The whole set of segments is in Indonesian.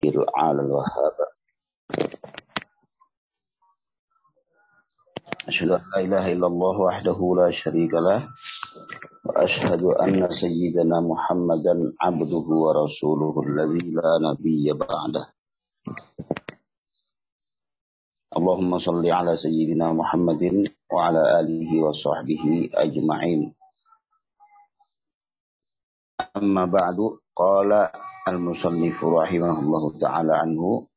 على الوهاب أشهد أن لا إله إلا الله وحده لا شريك له وأشهد أن سيدنا محمدا عبده ورسوله الذي لا نبي بعده اللهم صل على سيدنا محمد وعلى آله وصحبه أجمعين أما بعد قال المصنف رحمه الله تعالى عنه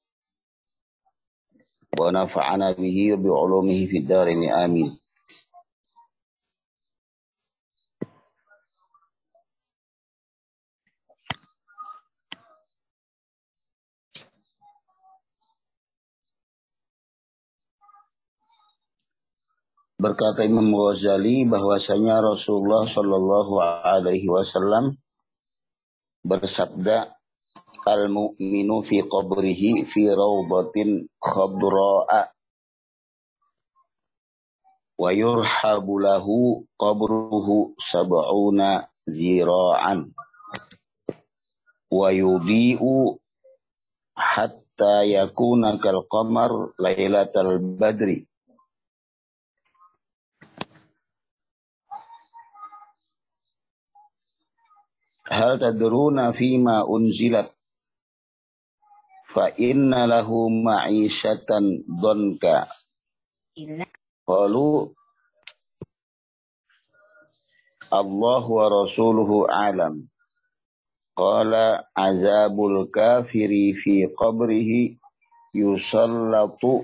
ونفعنا به بعلومه في الدارين آمين. Berkata Imam Ghazali bahwasanya Rasulullah Shallallahu Alaihi Wasallam bersabda, al-mu'minu fi qabrihi fi rawdatin khadra'a wa yurhabu lahu qabruhu sab'una zira'an wa yudi'u hatta yakuna kal qamar lailatal badri hal tadruna fima unzilat fa inna lahu ma'isyatan dhanka qalu Allah wa rasuluhu alam qala azabul kafiri fi qabrihi yusallatu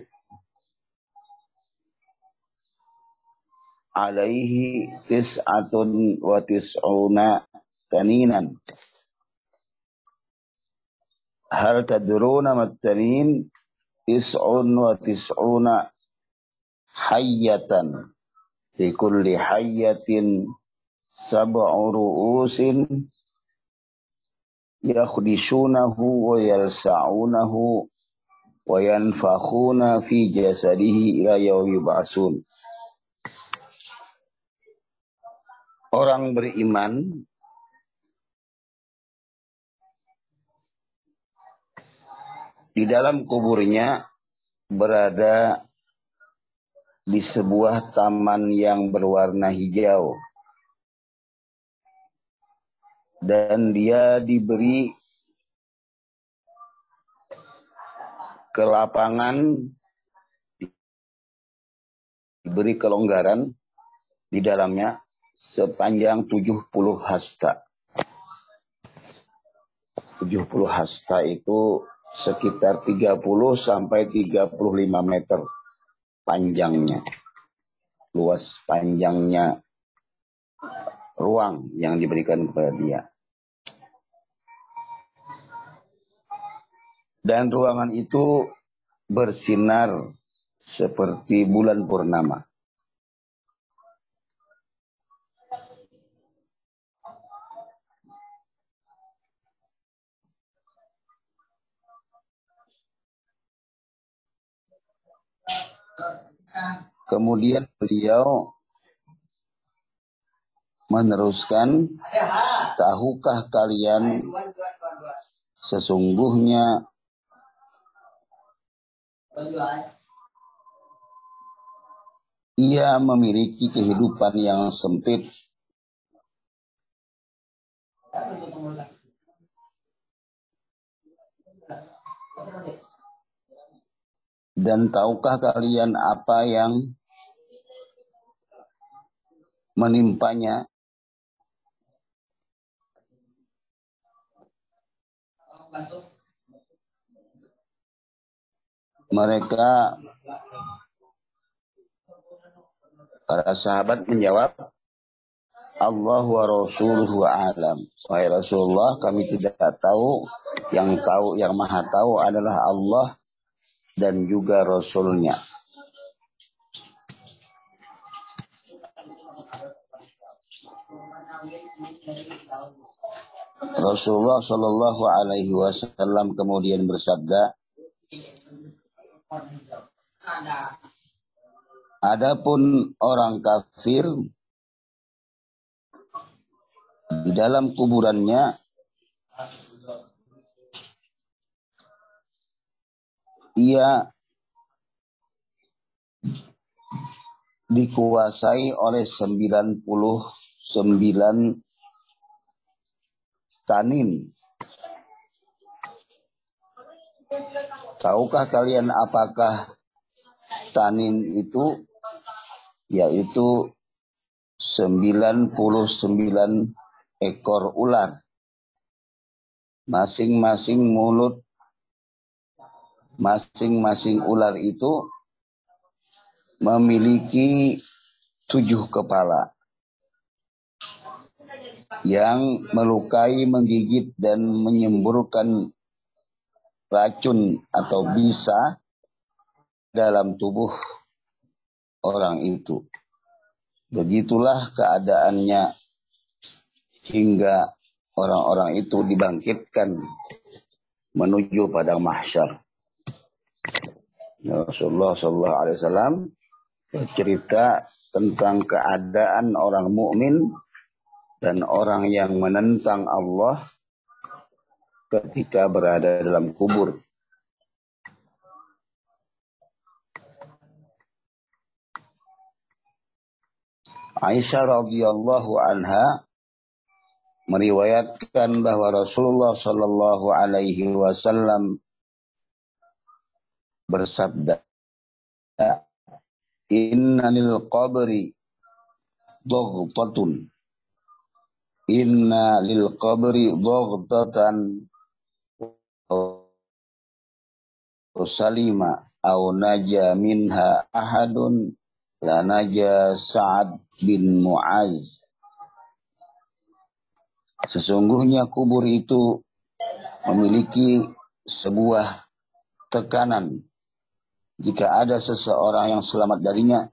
alaihi tis'atun wa tis'una taninan hal tadruna mattanin tis'un wa tis'una hayyatan fi kulli hayyatin sab'u ru'usin yakhdishunahu wa yalsa'unahu wa yanfakhuna fi jasadihi ila yaumi yub'atsun. Orang beriman di dalam kuburnya berada di sebuah taman yang berwarna hijau. Dan dia diberi kelapangan, diberi kelonggaran di dalamnya sepanjang 70 hasta. 70 hasta itu sekitar 30 sampai 35 meter panjangnya. Luas panjangnya ruang yang diberikan kepada dia. Dan ruangan itu bersinar seperti bulan purnama. Kemudian beliau meneruskan, tahukah kalian sesungguhnya ia memiliki kehidupan yang sempit dan tahukah kalian apa yang menimpanya? Mereka, para sahabat menjawab, Allah wa rasuluhu alam. Wahai Rasulullah, kami tidak tahu, yang maha tahu adalah Allah dan juga Rasulnya. Rasulullah Shallallahu Alaihi Wasallam kemudian bersabda, adapun orang kafir di dalam kuburannya ia dikuasai oleh 99 tanin. Tahukah kalian apakah tanin itu? Yaitu 99 ekor ular. Masing-masing ular itu memiliki 7 kepala yang melukai, menggigit, dan menyemburkan racun atau bisa dalam tubuh orang itu. Begitulah keadaannya hingga orang-orang itu dibangkitkan menuju padang mahsyar. Rasulullah SAW bercerita tentang keadaan orang mukmin dan orang yang menentang Allah ketika berada dalam kubur. Aisyah radhiyallahu anha meriwayatkan bahwa Rasulullah sallallahu alaihi wasallam bersabda, "Inna lil qabri dhaghtatun. Inna lil qabri dhaghtatan salima au naja minha ahadun la naja Sa'ad bin Mu'az." Sesungguhnya kubur itu memiliki sebuah tekanan. Jika ada seseorang yang selamat darinya,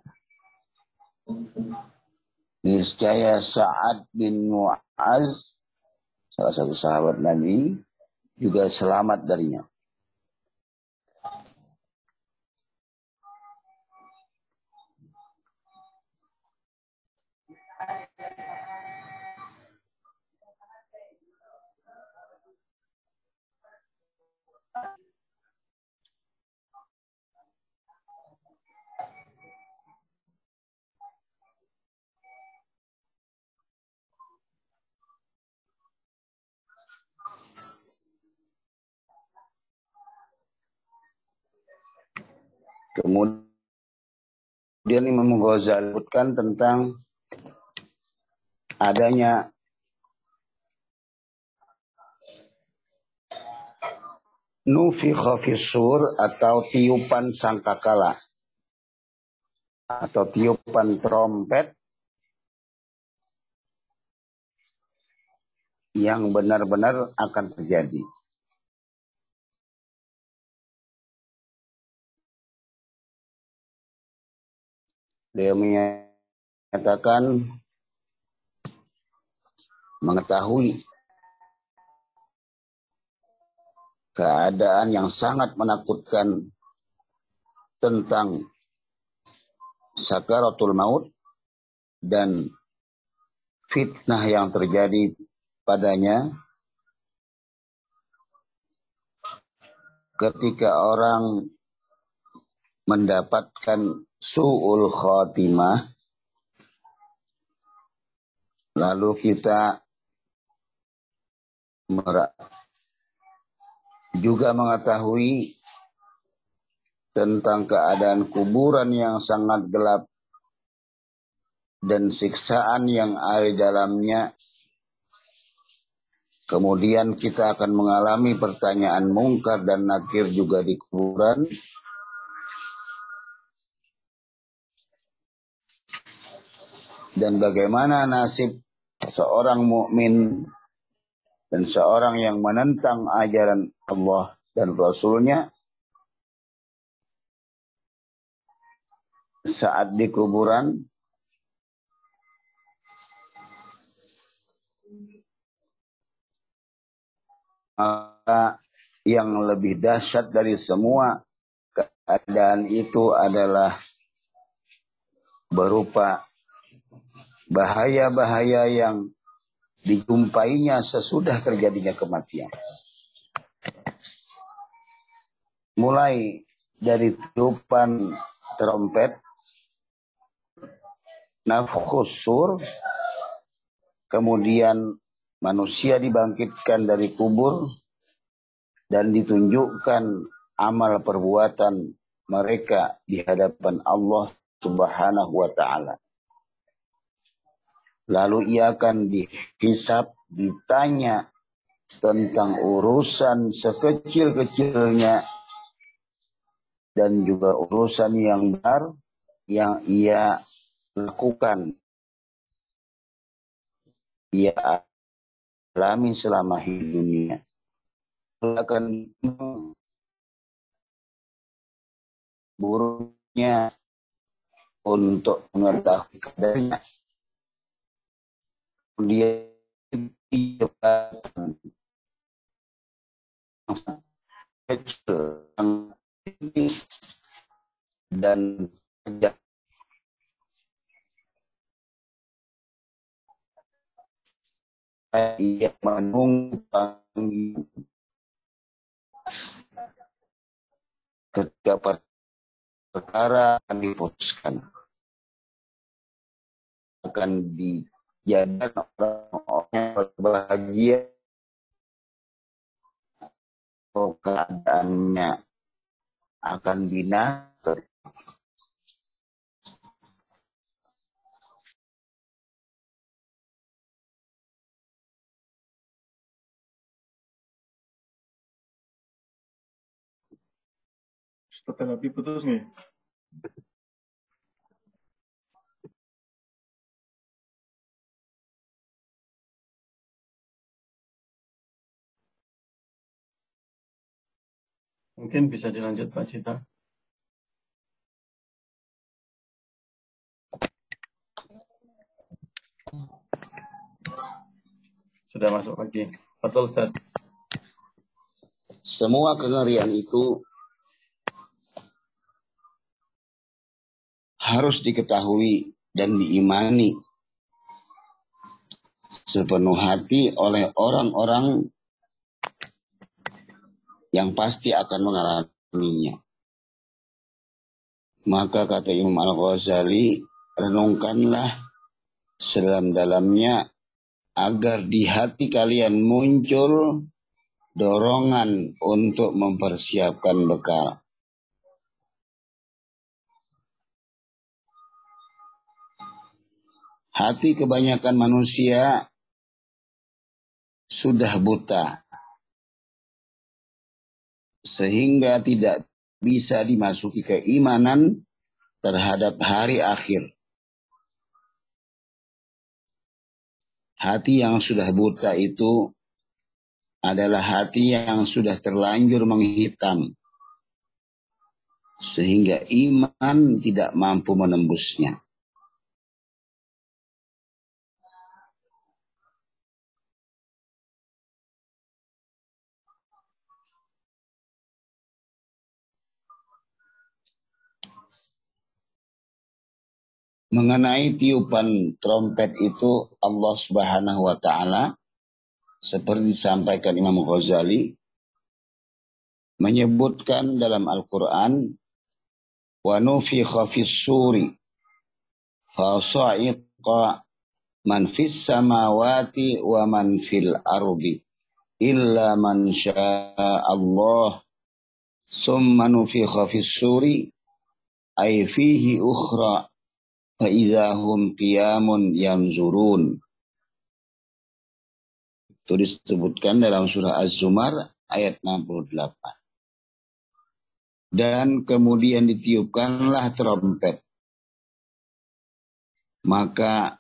niscaya Sa'ad bin Mu'az, salah satu sahabat Nabi, juga selamat darinya. Kemudian Imam Ghazali sebutkan tentang adanya nufikha fis-sur atau tiupan sangkakala atau tiupan trompet yang benar-benar akan terjadi. Dia menyatakan mengetahui keadaan yang sangat menakutkan tentang sakaratul maut dan fitnah yang terjadi padanya ketika orang mendapatkan su'ul khotimah, lalu kita juga mengetahui tentang keadaan kuburan yang sangat gelap dan siksaan yang ada di dalamnya. Kemudian kita akan mengalami pertanyaan mungkar dan nakir juga di kuburan. Dan bagaimana nasib seorang mukmin dan seorang yang menentang ajaran Allah dan Rasulnya saat di kuburan. Maka yang lebih dahsyat dari semua keadaan itu adalah berupa bahaya-bahaya yang dijumpainya sesudah terjadinya kematian. Mulai dari tiupan trompet, nafkhus sur, kemudian manusia dibangkitkan dari kubur dan ditunjukkan amal perbuatan mereka di hadapan Allah Subhanahu wa taala. Lalu ia akan dihisab, ditanya tentang urusan sekecil-kecilnya dan juga urusan yang besar yang ia lakukan, ia alami selama hidup dunia. Akan buruknya untuk mengetahui kadarnya. Dia kecil dan ia menunggu ketika perkara akan diputuskan, akan dijadikan orang-orang yang berbahagia atau keadaannya akan binasa. Setelah Nabi putus nih. Mungkin bisa dilanjut Pak Cita. Sudah masuk lagi. Betul Ustaz. Semua kengerian itu harus diketahui dan diimani sepenuh hati oleh orang-orang yang pasti akan mengalaminya. Maka kata Imam Al-Ghazali, renungkanlah sedalam-dalamnya agar di hati kalian muncul dorongan untuk mempersiapkan bekal. Hati kebanyakan manusia sudah buta, sehingga tidak bisa dimasuki keimanan terhadap hari akhir. Hati yang sudah buta itu adalah hati yang sudah terlanjur menghitam, sehingga iman tidak mampu menembusnya. Mengenai tiupan trompet itu, Allah Subhanahu wa taala seperti disampaikan Imam Ghazali menyebutkan dalam Al-Qur'an, wa nufikha fis suri fa sa'iqa man fis samawati wa man fil ardi illa man syaa Allah summa nufikha fis suri ay fihi ukhra fa idzahum qiyamun yanzurun. Itu disebutkan dalam surah Az-Zumar ayat 68. Dan kemudian ditiupkanlah trompet. Maka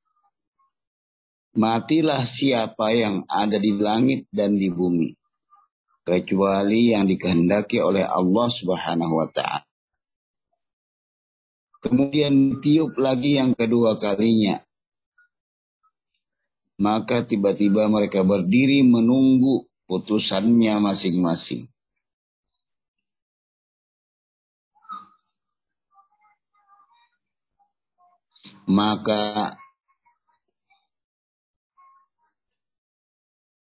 matilah siapa yang ada di langit dan di bumi, kecuali yang dikehendaki oleh Allah Subhanahu wa ta'ala. Kemudian tiup lagi yang kedua kalinya. Maka tiba-tiba mereka berdiri menunggu putusannya masing-masing. Maka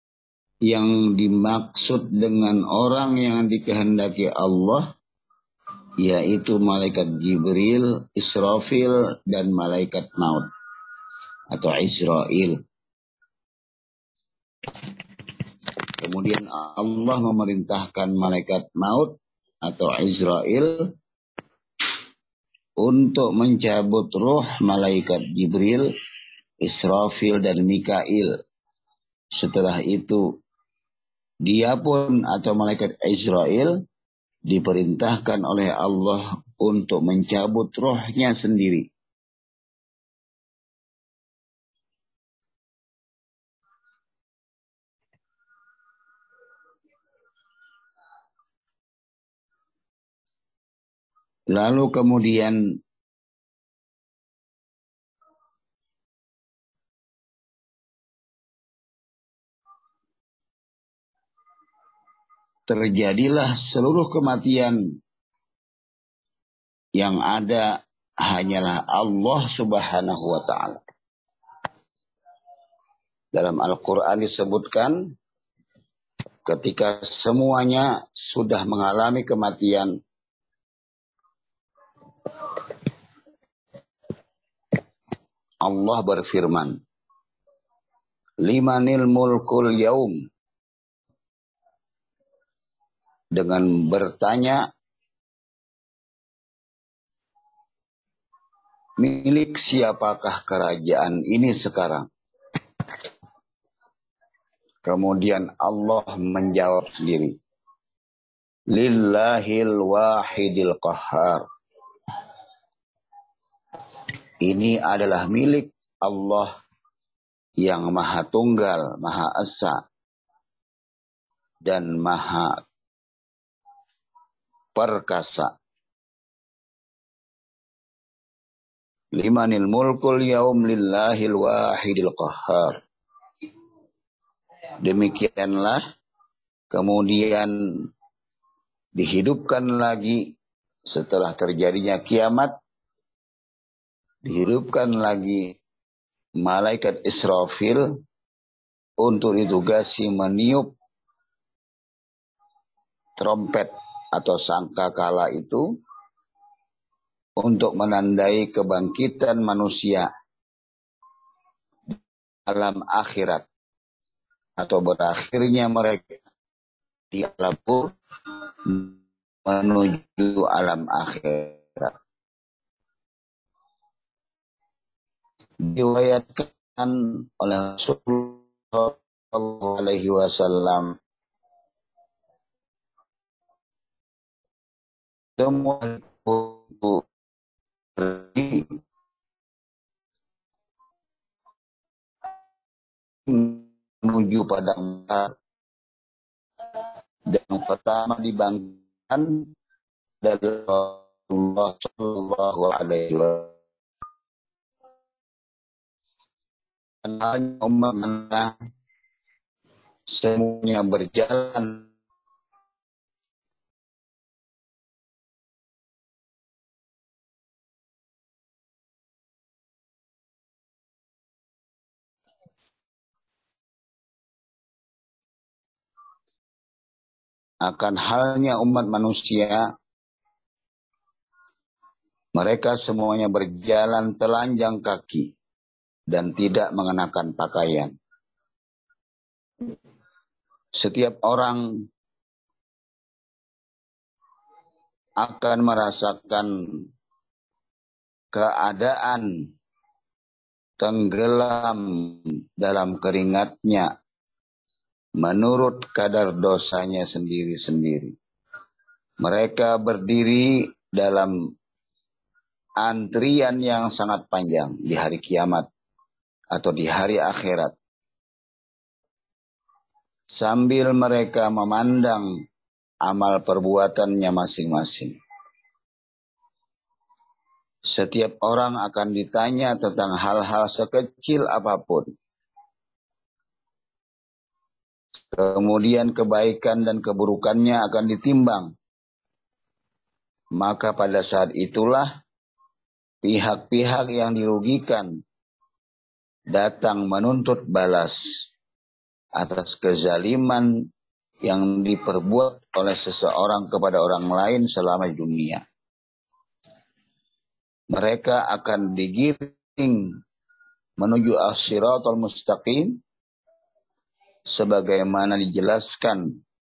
yang dimaksud dengan orang yang dikehendaki Allah yaitu malaikat Jibril, Israfil, dan malaikat maut atau Israel. Kemudian Allah memerintahkan malaikat maut atau Israel untuk mencabut roh malaikat Jibril, Israfil, dan Mikail. Setelah itu, dia pun atau malaikat Israel diperintahkan oleh Allah untuk mencabut rohnya sendiri. Lalu kemudian terjadilah seluruh kematian yang ada hanyalah Allah Subhanahu wa ta'ala. Dalam Al-Quran disebutkan ketika semuanya sudah mengalami kematian, Allah berfirman, "Limanil mulkul yaum," dengan bertanya, milik siapakah kerajaan ini sekarang? Kemudian Allah menjawab sendiri, "Lillahil wahidil qahhar." Ini adalah milik Allah yang Maha Tunggal, Maha Esa, dan Maha Perkasa. Limanil mulkul yaum lillahil wahidil qahhar. Demikianlah kemudian dihidupkan lagi setelah terjadinya kiamat, dihidupkan lagi malaikat Israfil untuk ditugasi meniup trompet atau sangkakala itu untuk menandai kebangkitan manusia alam akhirat atau berakhirnya mereka di alam kubur menuju alam akhirat. Diriwayatkan oleh Rasulullah sallallahu alaihi wasallam, semua itu menuju padang dan yang pertama dibangkitkan dari Rasulullah sallallahu alaihi wasallam. Hanya umat semuanya berjalan akan halnya umat manusia, mereka semuanya berjalan telanjang kaki dan tidak mengenakan pakaian. Setiap orang akan merasakan keadaan tenggelam dalam keringatnya menurut kadar dosanya sendiri-sendiri. Mereka berdiri dalam antrian yang sangat panjang di hari kiamat atau di hari akhirat, sambil mereka memandang amal perbuatannya masing-masing. Setiap orang akan ditanya tentang hal-hal sekecil apapun. Kemudian kebaikan dan keburukannya akan ditimbang. Maka pada saat itulah pihak-pihak yang dirugikan datang menuntut balas atas kezaliman yang diperbuat oleh seseorang kepada orang lain selama di dunia. mereka akan digiring menuju as-siratal mustaqim sebagaimana dijelaskan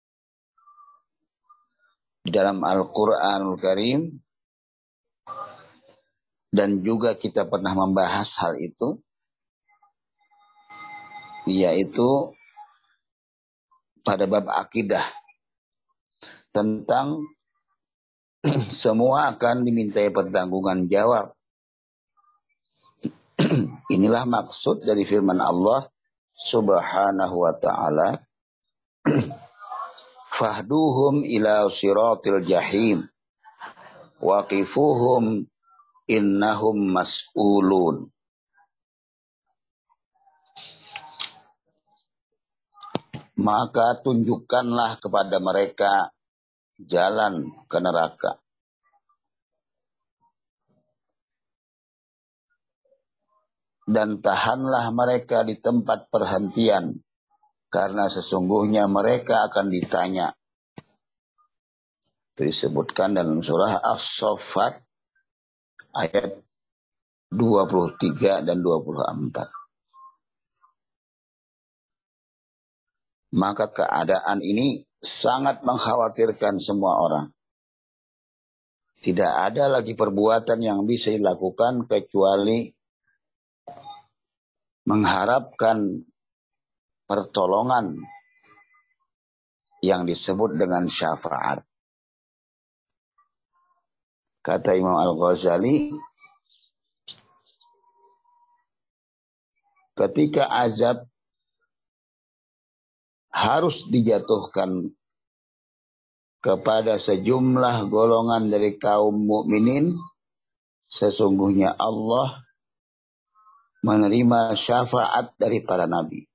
di dalam Al-Qur'anul Karim, dan juga kita pernah membahas hal itu, yaitu pada bab akidah tentang semua akan dimintai pertanggungan jawab. Inilah maksud dari firman Allah Subhanahu wa ta'ala, fahduhum ila siratil jahim waqifuhum innahum mas'ulun. Maka tunjukkanlah kepada mereka jalan ke neraka. Dan tahanlah mereka di tempat perhentian, karena sesungguhnya mereka akan ditanya. Itu disebutkan dalam surah As-Saffat ayat 23 dan 24. Maka keadaan ini sangat mengkhawatirkan semua orang. Tidak ada lagi perbuatan yang bisa dilakukan kecuali mengharapkan pertolongan yang disebut dengan syafaat. Kata Imam Al-Ghazali, ketika azab harus dijatuhkan kepada sejumlah golongan dari kaum mukminin, sesungguhnya Allah menerima syafaat dari para nabi,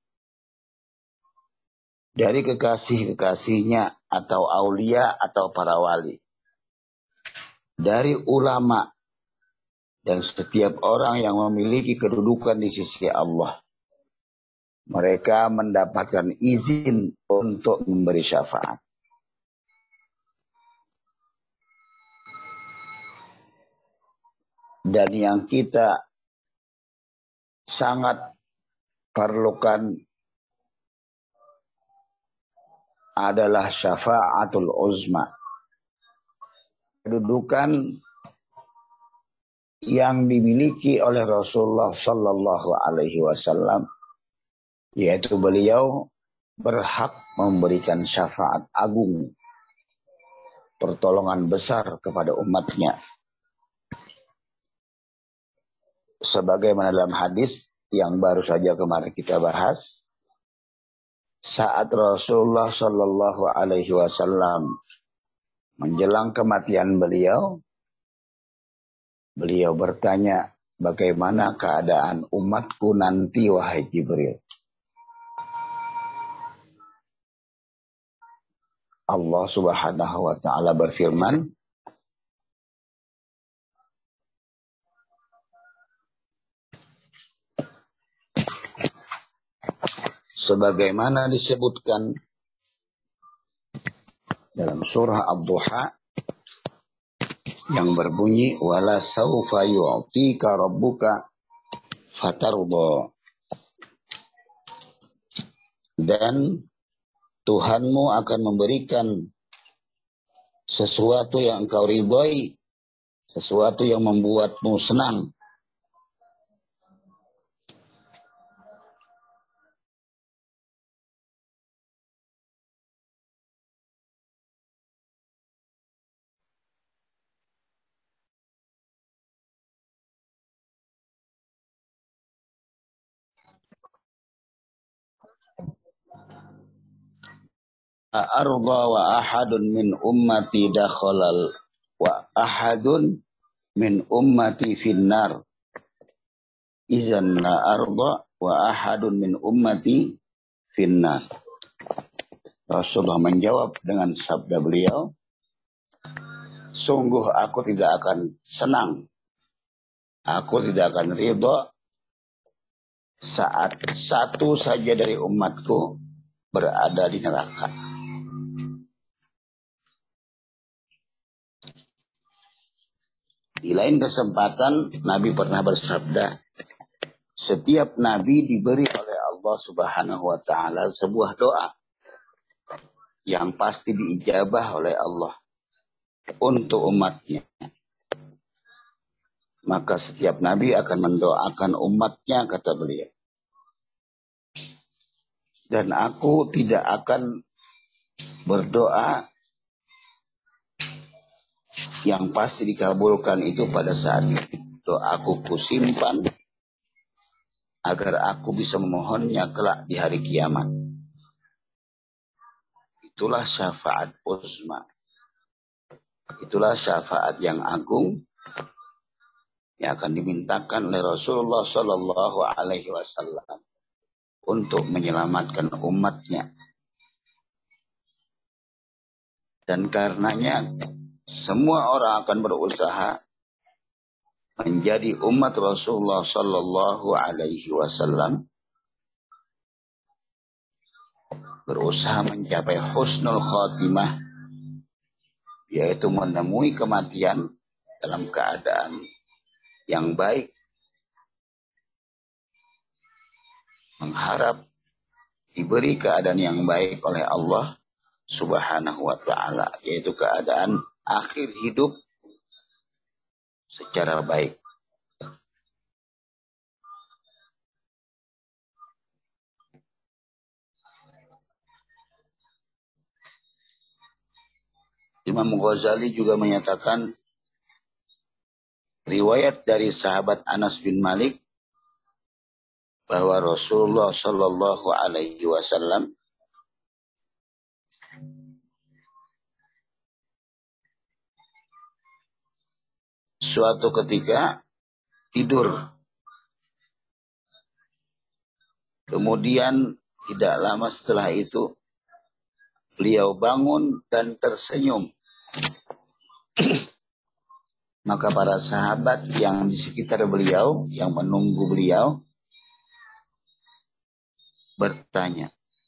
dari kekasih-kekasihnya atau aulia atau para wali, dari ulama dan setiap orang yang memiliki kedudukan di sisi Allah. Mereka mendapatkan izin untuk memberi syafaat. Dan yang kita sangat perlukan adalah syafaatul uzma. Kedudukan yang dimiliki oleh Rasulullah sallallahu alaihi wasallam, yaitu beliau berhak memberikan syafaat agung, pertolongan besar kepada umatnya. Sebagaimana dalam hadis yang baru saja kemarin kita bahas, saat Rasulullah sallallahu alaihi wasallam menjelang kematian beliau bertanya, bagaimana keadaan umatku nanti wahai Jibril? Allah Subhanahu wa ta'ala berfirman, sebagaimana disebutkan dalam surah Ad-Duha yang berbunyi, wala saufa yu'tika rabbuka fatarda, dan Tuhanmu akan memberikan sesuatu yang engkau ridhoi, sesuatu yang membuatmu senang. Arda wa ahadun min ummati dakhalal wa ahadun min ummati finnar. Izan la arda wa ahadun min ummati finnar. Rasulullah menjawab dengan sabda beliau, sungguh aku tidak akan senang, aku tidak akan ridha saat satu saja dari umatku berada di neraka. Di lain kesempatan Nabi pernah bersabda, setiap Nabi diberi oleh Allah Subhanahu wa Ta'ala sebuah doa yang pasti diijabah oleh Allah untuk umatnya. Maka setiap Nabi akan mendoakan umatnya, kata beliau. Dan aku tidak akan berdoa yang pasti dikabulkan itu pada saat itu. Doaku kusimpan agar aku bisa memohonnya kelak di hari kiamat. Itulah syafaat uzma. Itulah syafaat yang agung yang akan dimintakan oleh Rasulullah Sallallahu Alaihi Wasallam untuk menyelamatkan umatnya. Dan karenanya semua orang akan berusaha menjadi umat Rasulullah Sallallahu Alaihi Wasallam, berusaha mencapai husnul khatimah, yaitu menemui kematian dalam keadaan yang baik, mengharap diberi keadaan yang baik oleh Allah Subhanahu wa Ta'ala, yaitu keadaan akhir hidup secara baik. Imam Ghazali juga menyatakan riwayat dari sahabat Anas bin Malik bahwa Rasulullah Shallallahu Alaihi Wasallam suatu ketika tidur, kemudian tidak lama setelah itu beliau bangun dan tersenyum. Maka para sahabat yang di sekitar beliau, yang menunggu beliau, bertanya,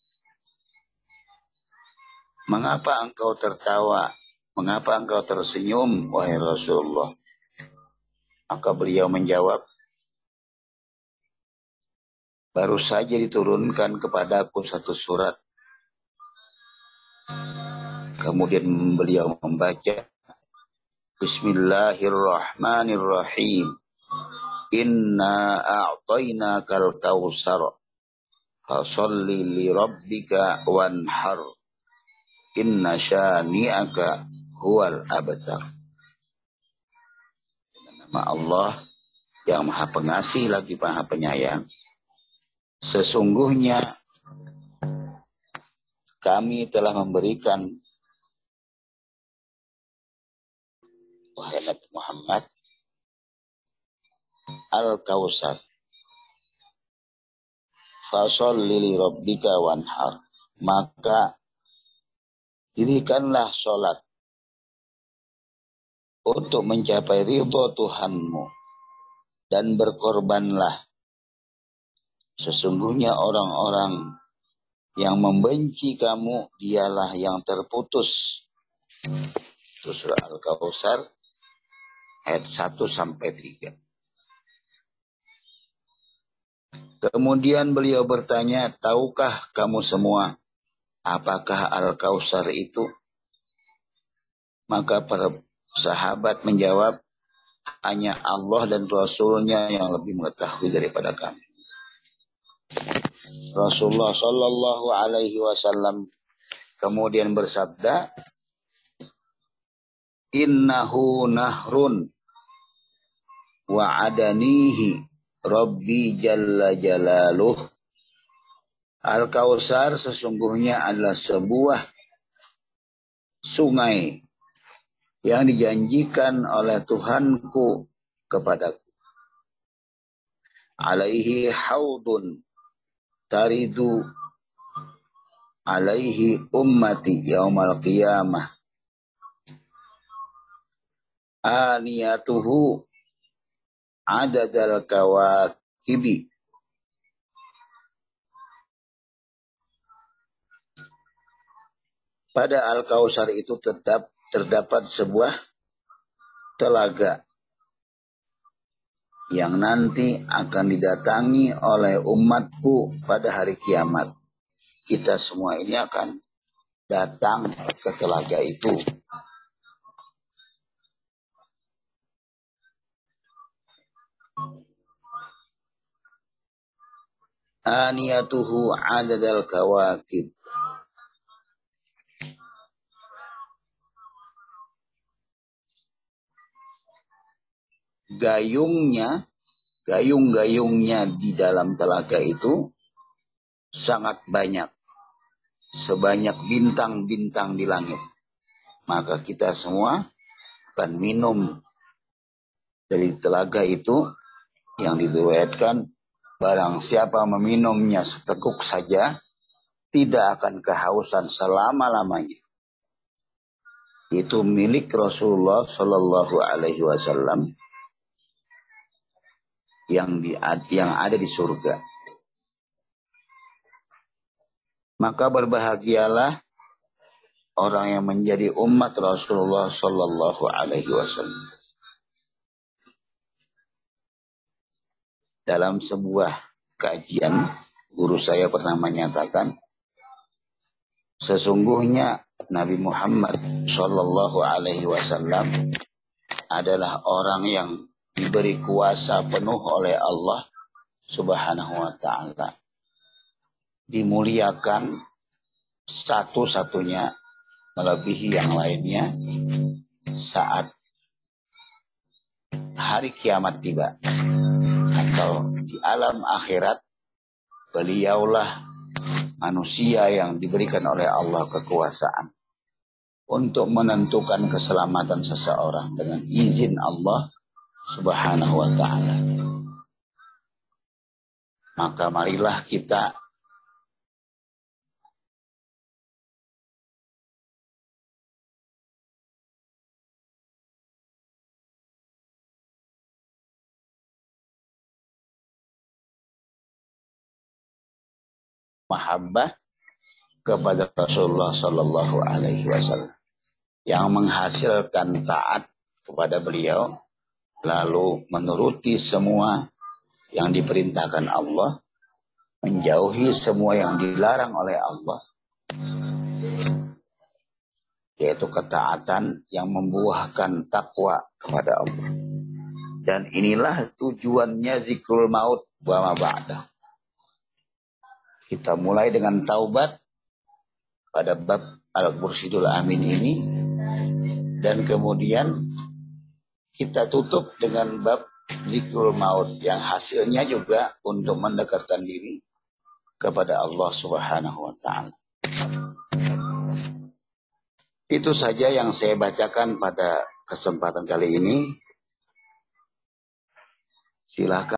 mengapa engkau tertawa? Mengapa engkau tersenyum, wahai Rasulullah? Maka beliau menjawab, baru saja diturunkan kepadaku satu surat. Kemudian beliau membaca, Bismillahirrahmanirrahim. Inna a'tainakal kautsar. Fasalli li rabbika wanhar. Inna syani'aka huwal abtar. Nama Allah yang Maha Pengasih lagi Maha Penyayang. Sesungguhnya kami telah memberikan wahai Nabi Muhammad Al-Kautsar. Fasholli li rabbika wanhar. Maka dirikanlah sholat untuk mencapai ridho Tuhanmu dan berkorbanlah. Sesungguhnya orang-orang yang membenci kamu dialah yang terputus. Itu surah Al-Kautsar ayat 1-3. Kemudian beliau bertanya, tahukah kamu semua apakah Al-Kautsar itu? Maka para sahabat menjawab, hanya Allah dan Rasulnya yang lebih mengetahui daripada kami. Rasulullah Shallallahu Alaihi Wasallam kemudian bersabda, Innahu nahrun wa adanihi Rabbi Jalla Jalaluh. Al-Kautsar sesungguhnya adalah sebuah sungai yang dijanjikan oleh Tuhanku kepadaku. Alaihi haudun taridu alaihi ummati yaumal qiyamah. Aniyatuhu adadal kawakibi. Pada Al-Kautsar itu terdapat sebuah telaga yang nanti akan didatangi oleh umatku pada hari kiamat. Kita semua ini akan datang ke telaga itu. Aniyatuhu adadal kawakib. Gayung-gayungnya di dalam telaga itu sangat banyak. Sebanyak bintang-bintang di langit. Maka kita semua akan minum dari telaga itu yang diriwayatkan, barang siapa meminumnya seteguk saja tidak akan kehausan selama-lamanya. Itu milik Rasulullah Shallallahu Alaihi Wasallam yang ada di surga. Maka berbahagialah orang yang menjadi umat Rasulullah Shallallahu Alaihi Wasallam. Dalam sebuah kajian, guru saya pernah menyatakan, sesungguhnya Nabi Muhammad Shallallahu Alaihi Wasallam adalah orang yang diberi kuasa penuh oleh Allah Subhanahu Wa Taala, dimuliakan satu-satunya melebihi yang lainnya saat hari kiamat tiba atau di alam akhirat. Beliaulah manusia yang diberikan oleh Allah kekuasaan untuk menentukan keselamatan seseorang dengan izin Allah Subhanahu wa Ta'ala. Maka marilah kita mahabbah kepada Rasulullah Sallallahu Alaihi Wasallam yang menghasilkan taat kepada beliau, lalu menuruti semua yang diperintahkan Allah, menjauhi semua yang dilarang oleh Allah, yaitu ketaatan yang membuahkan takwa kepada Allah. Dan inilah tujuannya zikrul maut wa ma ba'dah. Kita mulai dengan taubat pada bab Al-Mursyidul Amin ini, dan kemudian kita tutup dengan bab zikrul maut yang hasilnya juga untuk mendekatkan diri kepada Allah Subhanahu wa Ta'ala. Itu saja yang saya bacakan pada kesempatan kali ini. Silakan.